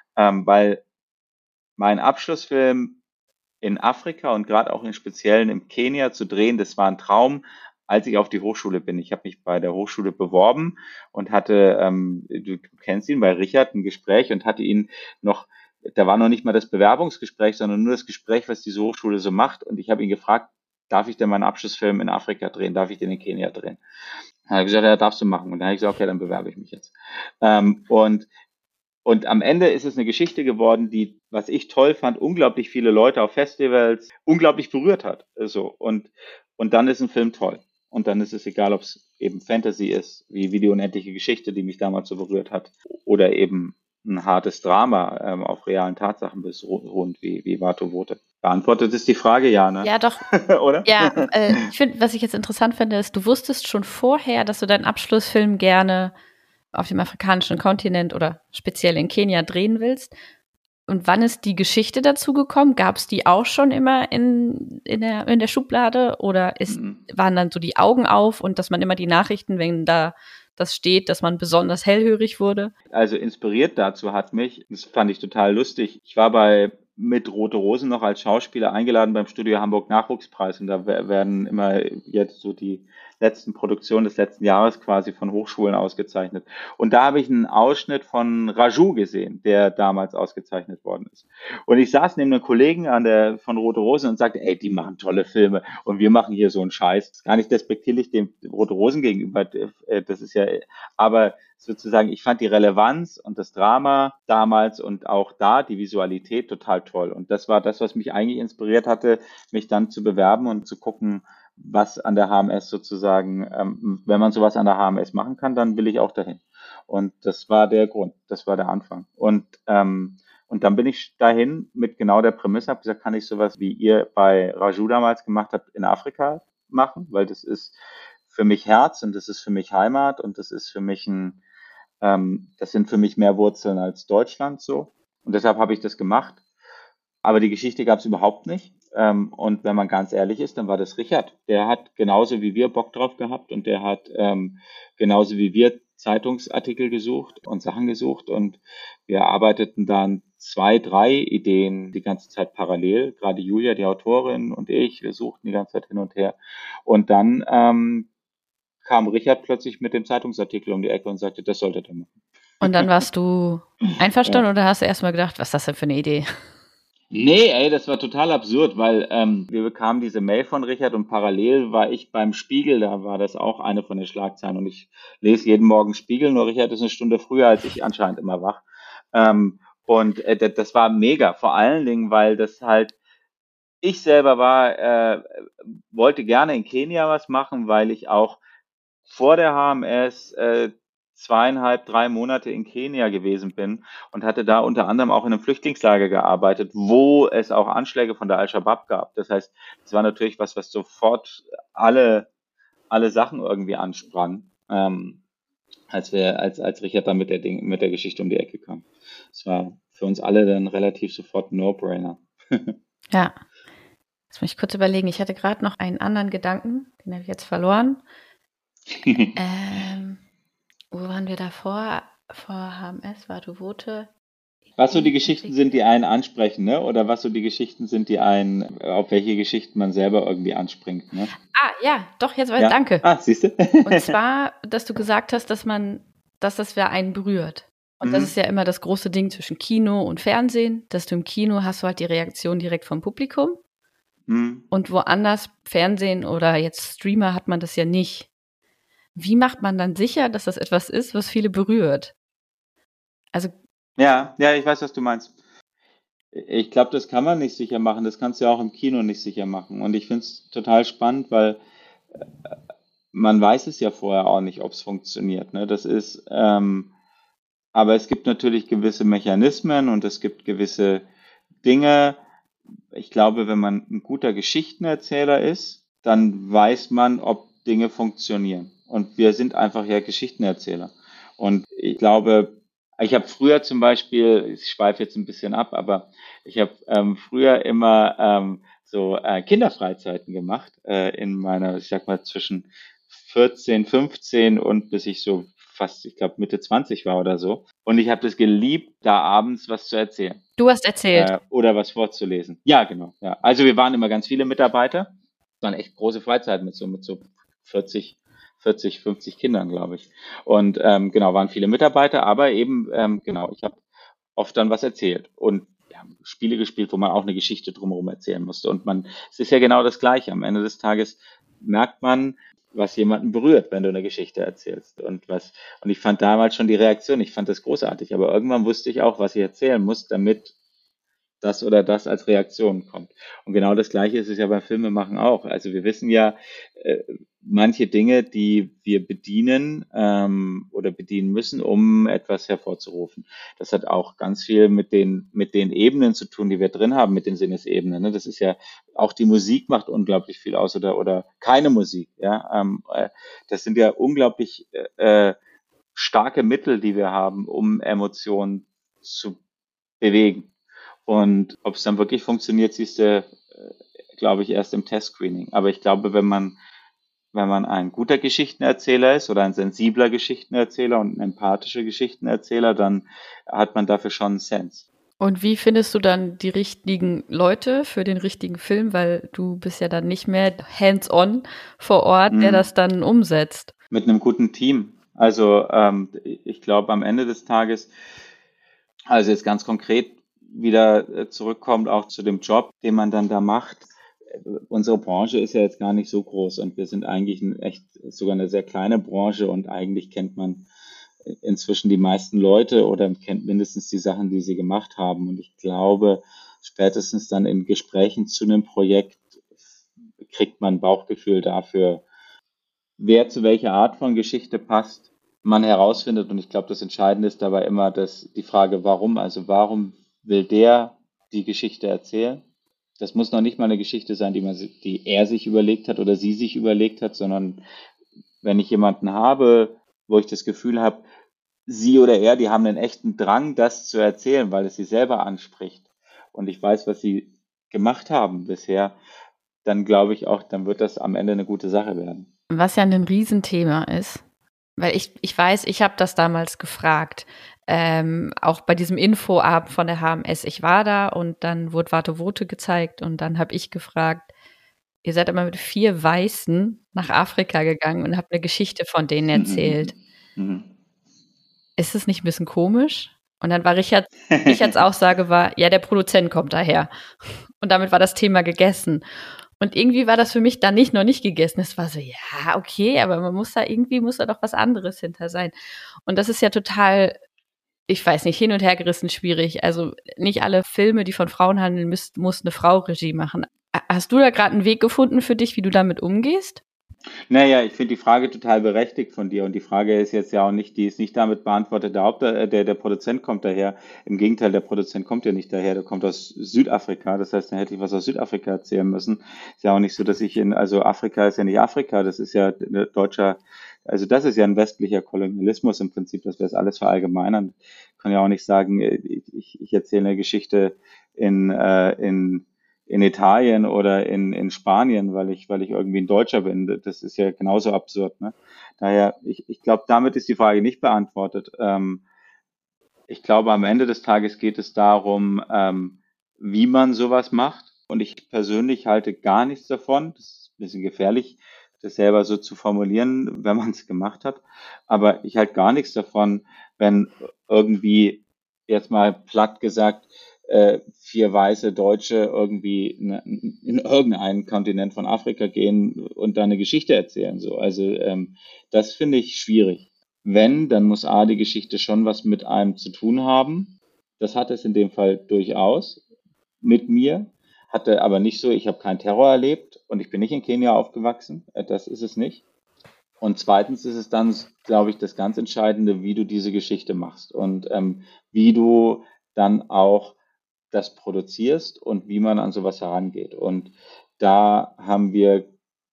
weil mein Abschlussfilm in Afrika und gerade auch im Speziellen in Kenia zu drehen, das war ein Traum, als ich auf die Hochschule bin. Ich habe mich bei der Hochschule beworben und hatte, du kennst ihn, bei Richard ein Gespräch und hatte ihn noch, da war noch nicht mal das Bewerbungsgespräch, sondern nur das Gespräch, was diese Hochschule so macht. Und ich habe ihn gefragt, darf ich denn meinen Abschlussfilm in Afrika drehen? Darf ich den in Kenia drehen? Dann hat er gesagt, ja, darfst du machen. Und dann habe ich gesagt, okay, dann bewerbe ich mich jetzt. Ähm, und und am Ende ist es eine Geschichte geworden, die, was ich toll fand, unglaublich viele Leute auf Festivals unglaublich berührt hat. So. Und dann ist ein Film toll. Und dann ist es egal, ob es eben Fantasy ist, wie die unendliche Geschichte, die mich damals so berührt hat, oder eben ein hartes Drama auf realen Tatsachen beruht, wie Vato Vote. Beantwortet ist die Frage, ja, ne? Ja, doch. Oder? Ja, ich finde, was ich jetzt interessant finde, ist, du wusstest schon vorher, dass du deinen Abschlussfilm gerne auf dem afrikanischen Kontinent oder speziell in Kenia drehen willst. Und wann ist die Geschichte dazu gekommen? Gab es die auch schon immer in der Schublade? Oder waren dann so die Augen auf und dass man immer die Nachrichten, wenn da das steht, dass man besonders hellhörig wurde? Also inspiriert dazu hat mich, das fand ich total lustig, ich war mit Rote Rosen noch als Schauspieler eingeladen beim Studio Hamburg Nachwuchspreis und da werden immer jetzt so die letzten Produktionen des letzten Jahres quasi von Hochschulen ausgezeichnet. Und da habe ich einen Ausschnitt von Raju gesehen, der damals ausgezeichnet worden ist. Und ich saß neben einem Kollegen von Rote Rosen und sagte, ey, die machen tolle Filme und wir machen hier so einen Scheiß. Das ist gar nicht despektierlich dem Rote Rosen gegenüber, das ist ja, aber sozusagen, ich fand die Relevanz und das Drama damals und auch da die Visualität total toll. Und das war das, was mich eigentlich inspiriert hatte, mich dann zu bewerben und zu gucken, was an der HMS sozusagen, wenn man sowas an der HMS machen kann, dann will ich auch dahin. Und das war der Grund, das war der Anfang. Und dann bin ich dahin mit genau der Prämisse, habe gesagt, kann ich sowas, wie ihr bei Raju damals gemacht habt, in Afrika machen, weil das ist für mich Herz und das ist für mich Heimat und das ist für mich das sind für mich mehr Wurzeln als Deutschland so. Und deshalb habe ich das gemacht. Aber die Geschichte gab es überhaupt nicht. Und wenn man ganz ehrlich ist, dann war das Richard. Der hat genauso wie wir Bock drauf gehabt und der hat genauso wie wir Zeitungsartikel gesucht und Sachen gesucht und wir arbeiteten dann 2, 3 Ideen die ganze Zeit parallel. Gerade Julia, die Autorin und ich, wir suchten die ganze Zeit hin und her. Und dann kam Richard plötzlich mit dem Zeitungsartikel um die Ecke und sagte, das sollte er machen. Und dann warst du einverstanden Ja. oder hast du erstmal gedacht, was ist das denn für eine Idee? Nee, ey, das war total absurd, weil wir bekamen diese Mail von Richard und parallel war ich beim Spiegel, da war das auch eine von den Schlagzeilen und ich lese jeden Morgen Spiegel, nur Richard ist eine Stunde früher als ich anscheinend immer wach. Das war mega, vor allen Dingen, weil das halt, ich selber wollte gerne in Kenia was machen, weil ich auch vor der HMS 2,5, 3 Monate in Kenia gewesen bin und hatte da unter anderem auch in einem Flüchtlingslager gearbeitet, wo es auch Anschläge von der Al-Shabaab gab. Das heißt, es war natürlich was sofort alle Sachen irgendwie ansprang, als Richard dann mit der Geschichte um die Ecke kam. Es war für uns alle dann relativ sofort ein No-Brainer. Ja, jetzt muss ich kurz überlegen. Ich hatte gerade noch einen anderen Gedanken, den habe ich jetzt verloren. Wo waren wir davor? Vor HMS war Devote. Was so die Geschichten sind, die einen ansprechen, ne? Oder was so die Geschichten sind, auf welche Geschichten man selber irgendwie anspringt, ne? Ah, ja, doch, jetzt weiß Ja. danke. Siehst du? Und zwar, dass du gesagt hast, dass das wer einen berührt. Und das ist ja immer das große Ding zwischen Kino und Fernsehen, dass du im Kino hast du halt die Reaktion direkt vom Publikum. Und woanders, Fernsehen oder jetzt Streamer, hat man das ja nicht. Wie macht man dann sicher, dass das etwas ist, was viele berührt? Also Ja, ich weiß, was du meinst. Ich glaube, das kann man nicht sicher machen. Das kannst du ja auch im Kino nicht sicher machen. Und ich finde es total spannend, weil man weiß es ja vorher auch nicht, ob es funktioniert. Ne? Aber es gibt natürlich gewisse Mechanismen und es gibt gewisse Dinge. Ich glaube, wenn man ein guter Geschichtenerzähler ist, dann weiß man, ob Dinge funktionieren. Und wir sind einfach ja Geschichtenerzähler. Und ich glaube, ich habe früher zum Beispiel, ich schweife jetzt ein bisschen ab, aber ich habe früher immer Kinderfreizeiten gemacht in meiner, ich sag mal, zwischen 14, 15 und bis ich so fast, ich glaube, Mitte 20 war oder so. Und ich habe das geliebt, da abends was zu erzählen. Du hast erzählt. Oder was vorzulesen. Ja, genau. Ja. Also wir waren immer ganz viele Mitarbeiter. Es waren echt große Freizeiten mit so 40, 50 Kindern, glaube ich. Und waren viele Mitarbeiter, aber eben, ich habe oft dann was erzählt und Spiele gespielt, wo man auch eine Geschichte drumherum erzählen musste. Und es ist ja genau das Gleiche. Am Ende des Tages merkt man, was jemanden berührt, wenn du eine Geschichte erzählst. Und ich fand damals schon die Reaktion, ich fand das großartig, aber irgendwann wusste ich auch, was ich erzählen muss, damit das oder das als Reaktion kommt. Und genau das Gleiche ist es ja beim Filmemachen auch. Also wir wissen ja, manche Dinge, die wir bedienen oder bedienen müssen, um etwas hervorzurufen. Das hat auch ganz viel mit den Ebenen zu tun, die wir drin haben, mit den Sinnesebenen. Ne? Das ist ja, auch die Musik macht unglaublich viel aus oder keine Musik. Ja? Das sind ja unglaublich starke Mittel, die wir haben, um Emotionen zu bewegen. Und ob es dann wirklich funktioniert, siehst du, glaube ich, erst im Testscreening. Aber ich glaube, wenn man ein guter Geschichtenerzähler ist oder ein sensibler Geschichtenerzähler und ein empathischer Geschichtenerzähler, dann hat man dafür schon einen Sense. Und wie findest du dann die richtigen Leute für den richtigen Film? Weil du bist ja dann nicht mehr hands-on vor Ort, der das dann umsetzt. Mit einem guten Team. Also ich glaube, am Ende des Tages, also jetzt ganz konkret, wieder zurückkommt auch zu dem Job, den man dann da macht. Unsere Branche ist ja jetzt gar nicht so groß und wir sind eigentlich sogar eine sehr kleine Branche und eigentlich kennt man inzwischen die meisten Leute oder kennt mindestens die Sachen, die sie gemacht haben. Und ich glaube, spätestens dann in Gesprächen zu einem Projekt kriegt man ein Bauchgefühl dafür, wer zu welcher Art von Geschichte passt, man herausfindet. Und ich glaube, das Entscheidende ist dabei immer die Frage, warum. Also warum will der die Geschichte erzählen? Das muss noch nicht mal eine Geschichte sein, die er sich überlegt hat oder sie sich überlegt hat, sondern wenn ich jemanden habe, wo ich das Gefühl habe, sie oder er, die haben einen echten Drang, das zu erzählen, weil es sie selber anspricht. Und ich weiß, was sie gemacht haben bisher, dann glaube ich auch, dann wird das am Ende eine gute Sache werden. Was ja ein Riesenthema ist, weil ich weiß, ich habe das damals gefragt, auch bei diesem Infoabend von der HMS. Ich war da und dann wurde Warte Wote gezeigt und dann habe ich gefragt, ihr seid immer mit 4 Weißen nach Afrika gegangen und habt eine Geschichte von denen erzählt. Ist es nicht ein bisschen komisch? Und dann war Richards Aussage war, ja, der Produzent kommt daher. Und damit war das Thema gegessen. Und irgendwie war das für mich dann noch nicht gegessen. Es war so, ja, okay, aber muss da doch was anderes hinter sein. Und das ist ja total, ich weiß nicht, hin und her gerissen schwierig. Also nicht alle Filme, die von Frauen handeln, muss eine Frau Regie machen. Hast du da gerade einen Weg gefunden für dich, wie du damit umgehst? Naja, ich finde die Frage total berechtigt von dir und die Frage ist jetzt ja auch nicht, die ist nicht damit beantwortet, der Produzent kommt daher. Im Gegenteil, der Produzent kommt ja nicht daher, der kommt aus Südafrika, das heißt, dann hätte ich was aus Südafrika erzählen müssen. Ist ja auch nicht so, also Afrika ist ja nicht Afrika, das ist ja ein deutscher, also das ist ja ein westlicher Kolonialismus im Prinzip, dass wir das alles verallgemeinern. Ich kann ja auch nicht sagen, ich erzähle eine Geschichte in Italien oder in Spanien, weil ich irgendwie ein Deutscher bin. Das ist ja genauso absurd. Ne? Daher, ich glaube, damit ist die Frage nicht beantwortet. Ich glaube, am Ende des Tages geht es darum, wie man sowas macht. Und ich persönlich halte gar nichts davon. Das ist ein bisschen gefährlich, das selber so zu formulieren, wenn man es gemacht hat. Aber ich halte gar nichts davon, wenn irgendwie jetzt mal platt gesagt 4 weiße Deutsche irgendwie in irgendeinen Kontinent von Afrika gehen und da eine Geschichte erzählen. So. Also das finde ich schwierig. Wenn, dann muss die Geschichte schon was mit einem zu tun haben. Das hat es in dem Fall durchaus mit mir. Hatte aber nicht so, ich habe keinen Terror erlebt und ich bin nicht in Kenia aufgewachsen. Das ist es nicht. Und zweitens ist es dann, glaube ich, das ganz Entscheidende, wie du diese Geschichte machst und wie du dann auch das produzierst und wie man an sowas herangeht. Und da haben wir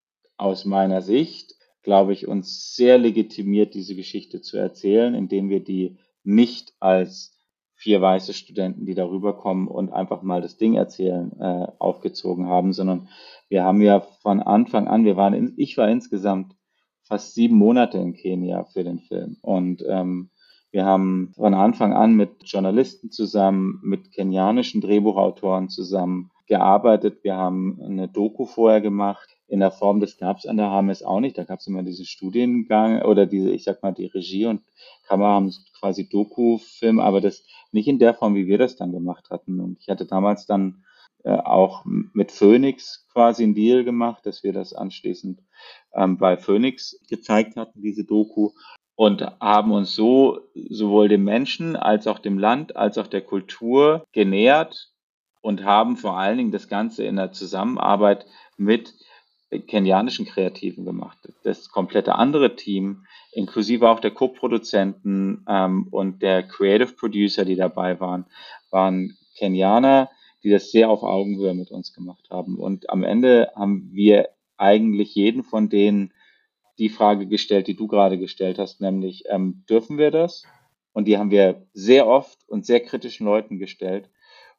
aus meiner Sicht, glaube ich, uns sehr legitimiert, diese Geschichte zu erzählen, indem wir die nicht als 4 weiße Studenten, die darüber kommen und einfach mal das Ding erzählen, aufgezogen haben, sondern wir haben ja von Anfang an, ich war insgesamt fast 7 Monate in Kenia für den Film und wir haben von Anfang an mit Journalisten zusammen, mit kenianischen Drehbuchautoren zusammen gearbeitet. Wir haben eine Doku vorher gemacht. In der Form, das gab es an der HMS auch nicht. Da gab es immer diesen Studiengang oder ich sag mal, die Regie und Kamera haben quasi Doku-Film, aber das nicht in der Form, wie wir das dann gemacht hatten. Und ich hatte damals dann auch mit Phoenix quasi einen Deal gemacht, dass wir das anschließend bei Phoenix gezeigt hatten, diese Doku. Und haben uns so sowohl dem Menschen als auch dem Land als auch der Kultur genähert und haben vor allen Dingen das Ganze in der Zusammenarbeit mit kenianischen Kreativen gemacht. Das komplette andere Team, inklusive auch der Co-Produzenten und der Creative Producer, die dabei waren Kenianer, die das sehr auf Augenhöhe mit uns gemacht haben. Und am Ende haben wir eigentlich jeden von denen die Frage gestellt, die du gerade gestellt hast, nämlich dürfen wir das? Und die haben wir sehr oft und sehr kritischen Leuten gestellt.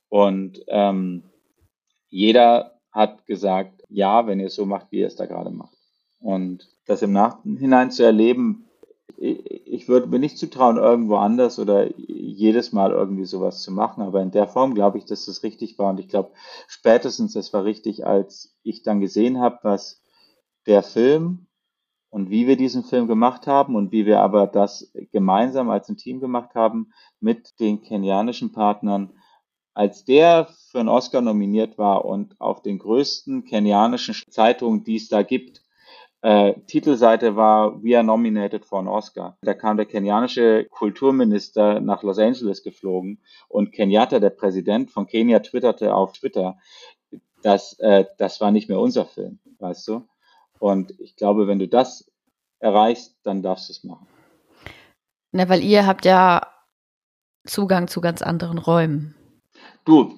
Und jeder hat gesagt, ja, wenn ihr es so macht, wie ihr es da gerade macht. Und das im Nachhinein zu erleben, ich würde mir nicht zutrauen, irgendwo anders oder jedes Mal irgendwie sowas zu machen, aber in der Form glaube ich, dass das richtig war. Und ich glaube, spätestens das war richtig, als ich dann gesehen habe, was der Film und wie wir diesen Film gemacht haben und wie wir aber das gemeinsam als ein Team gemacht haben mit den kenianischen Partnern, als der für einen Oscar nominiert war und auf den größten kenianischen Zeitungen, die es da gibt, Titelseite war We are nominated for an Oscar. Da kam der kenianische Kulturminister nach Los Angeles geflogen und Kenyatta, der Präsident von Kenia, twitterte auf Twitter, das war nicht mehr unser Film, weißt du? Und ich glaube, wenn du das erreichst, dann darfst du es machen. Na, weil ihr habt ja Zugang zu ganz anderen Räumen. Du,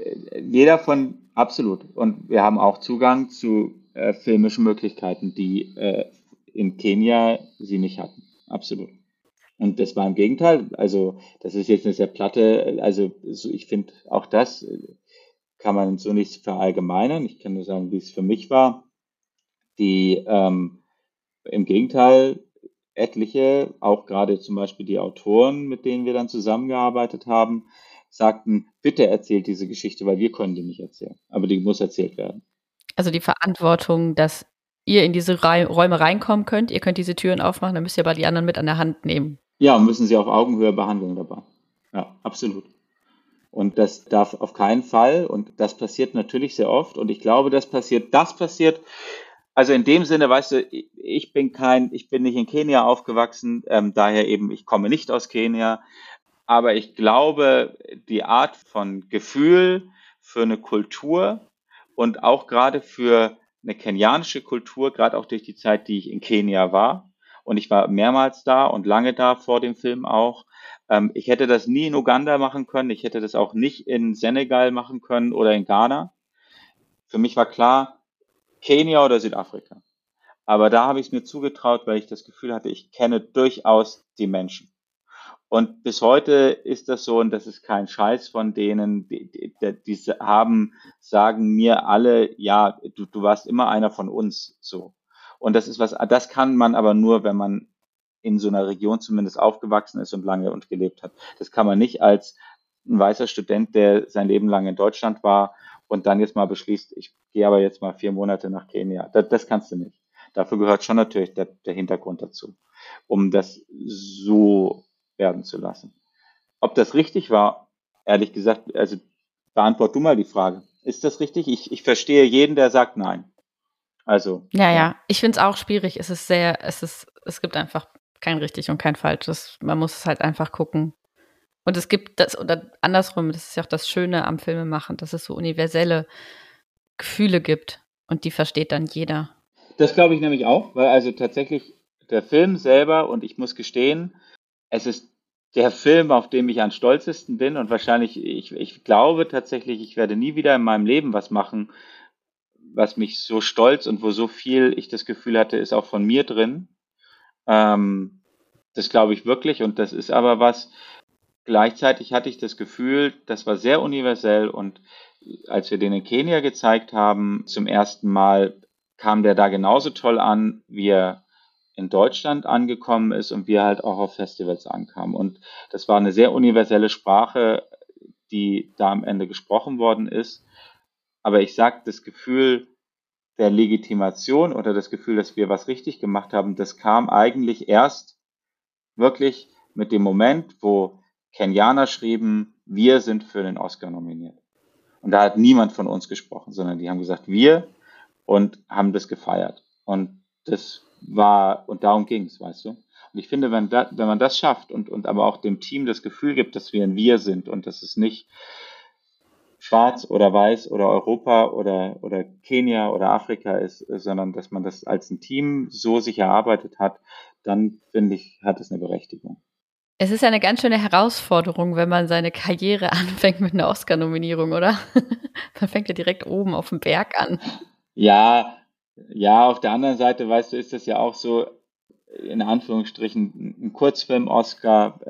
absolut. Und wir haben auch Zugang zu filmischen Möglichkeiten, die in Kenia sie nicht hatten. Absolut. Und das war im Gegenteil. Also, das ist jetzt eine sehr platte, also ich finde auch das kann man so nicht verallgemeinern. Ich kann nur sagen, wie es für mich war. Die im Gegenteil, etliche, auch gerade zum Beispiel die Autoren, mit denen wir dann zusammengearbeitet haben, sagten, bitte erzählt diese Geschichte, weil wir können die nicht erzählen. Aber die muss erzählt werden. Also die Verantwortung, dass ihr in diese Räume reinkommen könnt, ihr könnt diese Türen aufmachen, dann müsst ihr aber die anderen mit an der Hand nehmen. Ja, und müssen sie auf Augenhöhe behandeln dabei. Ja, absolut. Und das darf auf keinen Fall, und das passiert natürlich sehr oft, und ich glaube, das passiert, also in dem Sinne, weißt du, ich bin nicht in Kenia aufgewachsen, daher eben, ich komme nicht aus Kenia, aber ich glaube, die Art von Gefühl für eine Kultur und auch gerade für eine kenianische Kultur, gerade auch durch die Zeit, die ich in Kenia war, und ich war mehrmals da und lange da vor dem Film auch. Ich hätte das nie in Uganda machen können, ich hätte das auch nicht in Senegal machen können oder in Ghana. Für mich war klar, Kenia oder Südafrika. Aber da habe ich es mir zugetraut, weil ich das Gefühl hatte, ich kenne durchaus die Menschen. Und bis heute ist das so, und das ist kein Scheiß von denen, die sagen mir alle, ja, du warst immer einer von uns, so. Und das kann man aber nur, wenn man in so einer Region zumindest aufgewachsen ist und lange und gelebt hat. Das kann man nicht als ein weißer Student, der sein Leben lang in Deutschland war und dann jetzt mal beschließt, ich gehe aber jetzt mal 4 Monate nach Kenia. Das kannst du nicht. Dafür gehört schon natürlich der Hintergrund dazu, um das so werden zu lassen. Ob das richtig war, ehrlich gesagt, also beantwort du mal die Frage. Ist das richtig? Ich verstehe jeden, der sagt nein. Also. Ja. Ich finde es auch schwierig. Es gibt einfach kein richtig und kein falsch. Man muss es halt einfach gucken. Und es gibt das, oder andersrum, das ist ja auch das Schöne am Filmemachen, dass es so universelle Gefühle gibt. Und die versteht dann jeder. Das glaube ich nämlich auch, weil also tatsächlich der Film selber, und ich muss gestehen, es ist der Film, auf dem ich am stolzesten bin, und wahrscheinlich, ich glaube tatsächlich, ich werde nie wieder in meinem Leben was machen, was mich so stolz und wo so viel ich das Gefühl hatte, ist auch von mir drin. Das glaube ich wirklich, und das ist aber was. Gleichzeitig hatte ich das Gefühl, das war sehr universell, und als wir den in Kenia gezeigt haben, zum ersten Mal kam der da genauso toll an, wie er in Deutschland angekommen ist und wie er halt auch auf Festivals ankam. Und das war eine sehr universelle Sprache, die da am Ende gesprochen worden ist. Aber ich sag, das Gefühl der Legitimation oder das Gefühl, dass wir was richtig gemacht haben, das kam eigentlich erst wirklich mit dem Moment, wo Kenianer schrieben, wir sind für den Oscar nominiert. Und da hat niemand von uns gesprochen, sondern die haben gesagt, wir, und haben das gefeiert. Und und darum ging es, weißt du. Und ich finde, wenn man das schafft und aber auch dem Team das Gefühl gibt, dass wir ein Wir sind und dass es nicht schwarz oder weiß oder Europa oder Kenia oder Afrika ist, sondern dass man das als ein Team so sich erarbeitet hat, dann finde ich, hat es eine Berechtigung. Es ist ja eine ganz schöne Herausforderung, wenn man seine Karriere anfängt mit einer Oscar-Nominierung, oder? Man fängt ja direkt oben auf dem Berg an. Ja, auf der anderen Seite, weißt du, ist das ja auch so, in Anführungsstrichen, ein Kurzfilm-Oscar.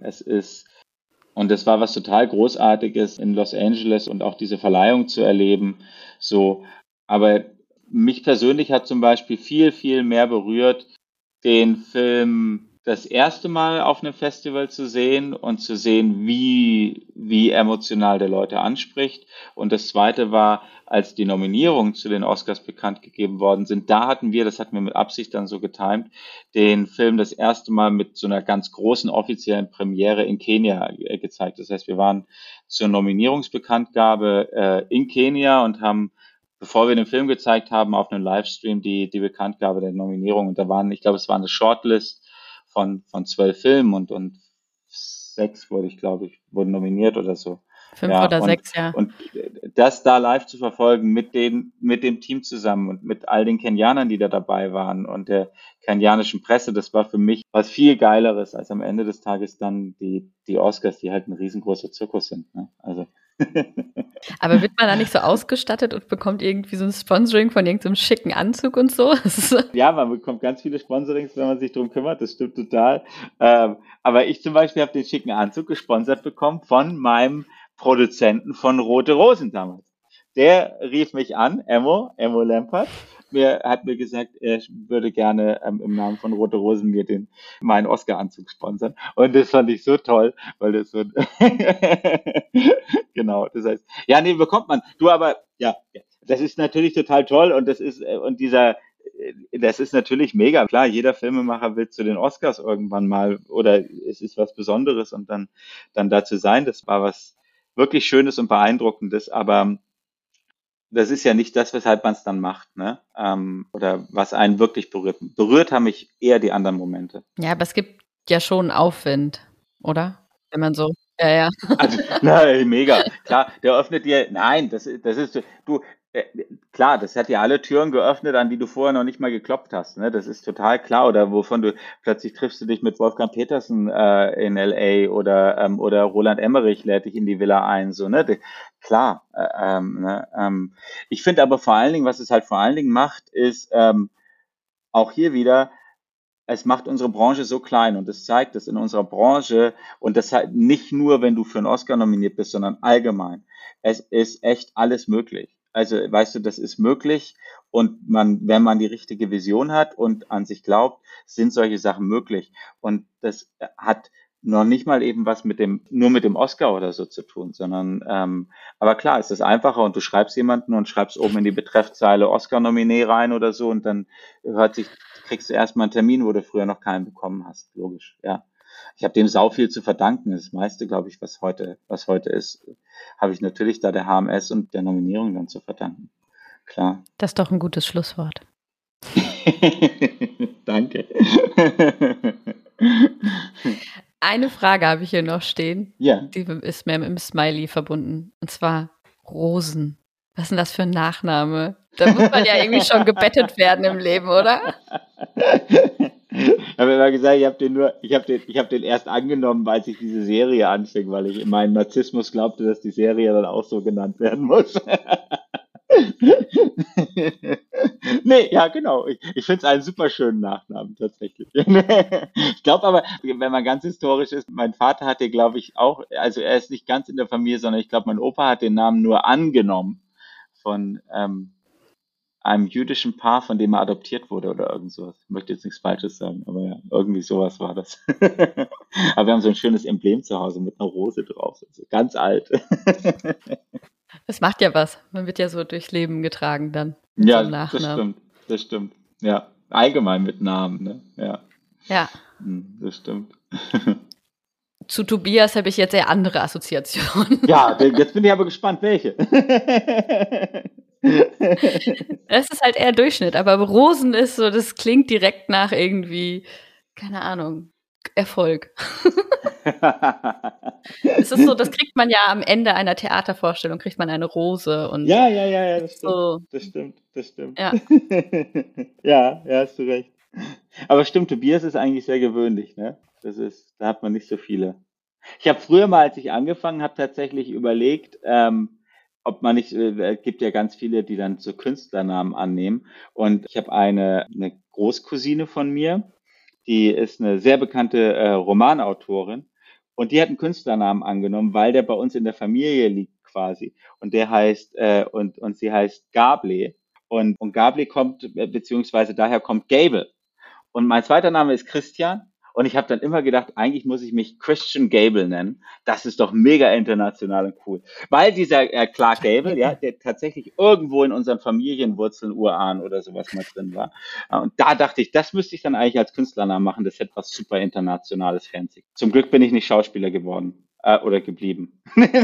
Und das war was total Großartiges in Los Angeles und auch diese Verleihung zu erleben. So, aber mich persönlich hat zum Beispiel viel, viel mehr berührt, den Film das erste Mal auf einem Festival zu sehen und zu sehen, wie emotional der Leute anspricht. Und das zweite war, als die Nominierungen zu den Oscars bekannt gegeben worden sind, das hatten wir mit Absicht dann so getimt, den Film das erste Mal mit so einer ganz großen offiziellen Premiere in Kenia gezeigt. Das heißt, wir waren zur Nominierungsbekanntgabe in Kenia und haben, bevor wir den Film gezeigt haben, auf einem Livestream die Bekanntgabe der Nominierung. Und ich glaube, es war eine Shortlist von 12 Filmen, und 6 wurden nominiert oder so. 5 Ja, oder 6, ja. und das da live zu verfolgen mit dem Team zusammen und mit all den Kenianern, die da dabei waren und der kenianischen Presse, das war für mich was viel Geileres als am Ende des Tages dann die Oscars, die halt ein riesengroßer Zirkus sind. Ne? Also Aber wird man da nicht so ausgestattet und bekommt irgendwie so ein Sponsoring von irgendeinem schicken Anzug und so? ja, man bekommt ganz viele Sponsorings, wenn man sich drum kümmert, das stimmt total. Aber ich zum Beispiel habe den schicken Anzug gesponsert bekommen von meinem Produzenten von Rote Rosen damals. Der rief mich an, Emmo Lampert, hat mir gesagt, er würde gerne im Namen von Rote Rosen mir meinen Oscar-Anzug sponsern. Und das fand ich so toll, weil das so genau, das heißt, ja, nee, bekommt man. Du aber, ja, das ist natürlich total toll und das ist natürlich mega. Klar, jeder Filmemacher will zu den Oscars irgendwann mal oder es ist was Besonderes und dann da zu sein. Das war was wirklich Schönes und Beeindruckendes, aber das ist ja nicht das, weshalb man es dann macht, ne? Oder was einen wirklich berührt. Berührt haben mich eher die anderen Momente. Ja, aber es gibt ja schon Aufwind, oder? Wenn man so, ja. Also, nein, mega. Klar, der öffnet dir, nein, das ist, du, klar, das hat dir alle Türen geöffnet, an die du vorher noch nicht mal geklopft hast, ne? Das ist total klar. Oder plötzlich triffst du dich mit Wolfgang Petersen in L.A. oder Roland Emmerich lädt dich in die Villa ein, so, ne? Klar, ne? Ich finde aber vor allen Dingen, was es halt vor allen Dingen macht, ist auch hier wieder, es macht unsere Branche so klein und es zeigt, dass in unserer Branche und das halt nicht nur, wenn du für einen Oscar nominiert bist, sondern allgemein, es ist echt alles möglich. Also, weißt du, das ist möglich und wenn man die richtige Vision hat und an sich glaubt, sind solche Sachen möglich. Und das hat noch nicht mal eben was nur mit dem Oscar oder so zu tun, sondern, aber klar, es ist einfacher und du schreibst jemanden und schreibst oben in die Betreffzeile Oscar-Nominee rein oder so und dann kriegst du erstmal einen Termin, wo du früher noch keinen bekommen hast. Logisch, ja. Ich habe dem sau viel zu verdanken. Das meiste, glaube ich, was heute ist, habe ich natürlich da der HMS und der Nominierung dann zu verdanken. Klar. Das ist doch ein gutes Schlusswort. Danke. Eine Frage habe ich hier noch stehen. Ja. Die ist mir im Smiley verbunden. Und zwar Rosen. Was ist denn das für ein Nachname? Da muss man ja irgendwie schon gebettet werden im Leben, oder? Ich habe immer gesagt, ich habe den erst angenommen, als ich diese Serie anfing, weil ich in meinem Narzissmus glaubte, dass die Serie dann auch so genannt werden muss. Nee, ja, genau. Ich finde es einen super schönen Nachnamen tatsächlich. Ich glaube aber, wenn man ganz historisch ist, mein Vater hat den, glaube ich, auch, also er ist nicht ganz in der Familie, sondern ich glaube, mein Opa hat den Namen nur angenommen von einem jüdischen Paar, von dem er adoptiert wurde oder irgend sowas. Ich möchte jetzt nichts Falsches sagen, aber ja, irgendwie sowas war das. Aber wir haben so ein schönes Emblem zu Hause mit einer Rose drauf, also ganz alt. Das macht ja was. Man wird ja so durchs Leben getragen dann. Ja, so Nachnamen. das stimmt. Ja, allgemein mit Namen, ne? Ja. Ja. Das stimmt. Zu Tobias habe ich jetzt eher andere Assoziationen. Ja, jetzt bin ich aber gespannt, welche. Es ist halt eher Durchschnitt, aber Rosen ist so, das klingt direkt nach irgendwie, keine Ahnung, Erfolg. Es ist so, das kriegt man ja am Ende einer Theatervorstellung, kriegt man eine Rose. Und ja, das stimmt. so. Das stimmt. Ja. Ja, hast du recht. Aber stimmt, Tobias ist eigentlich sehr gewöhnlich, ne? Da hat man nicht so viele. Ich habe früher mal, als ich angefangen habe, tatsächlich überlegt, ob man nicht, gibt ja ganz viele, die dann so Künstlernamen annehmen. Und ich habe eine Großcousine von mir, die ist eine sehr bekannte Romanautorin. Und die hat einen Künstlernamen angenommen, weil der bei uns in der Familie liegt quasi. Und der heißt, und sie heißt Gable. Und Gable kommt, beziehungsweise daher kommt Gable. Und mein zweiter Name ist Christian. Und ich habe dann immer gedacht, eigentlich muss ich mich Christian Gable nennen. Das ist doch mega international und cool. Weil dieser Clark Gable, ja, der tatsächlich irgendwo in unseren Familienwurzeln Urahn oder sowas mal drin war. Und da dachte ich, das müsste ich dann eigentlich als Künstlernamen machen. Das hätte was super Internationales, fancy. Zum Glück bin ich nicht Schauspieler geworden oder geblieben.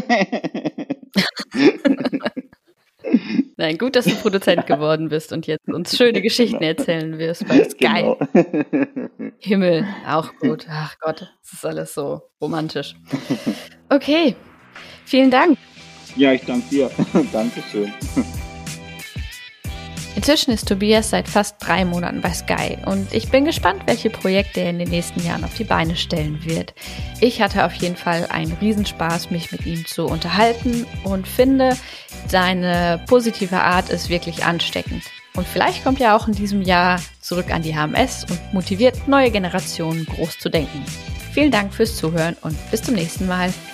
Nein, gut, dass du Produzent geworden bist und jetzt uns schöne Geschichten erzählen wirst, weil es geil. Himmel, auch gut. Ach Gott, das ist alles so romantisch. Okay, Vielen Dank. Ja, ich danke dir. Dankeschön. Inzwischen ist Tobias seit fast 3 Monaten bei Sky und ich bin gespannt, welche Projekte er in den nächsten Jahren auf die Beine stellen wird. Ich hatte auf jeden Fall einen Riesenspaß, mich mit ihm zu unterhalten und finde, seine positive Art ist wirklich ansteckend. Und vielleicht kommt er auch in diesem Jahr zurück an die HMS und motiviert neue Generationen groß zu denken. Vielen Dank fürs Zuhören und bis zum nächsten Mal.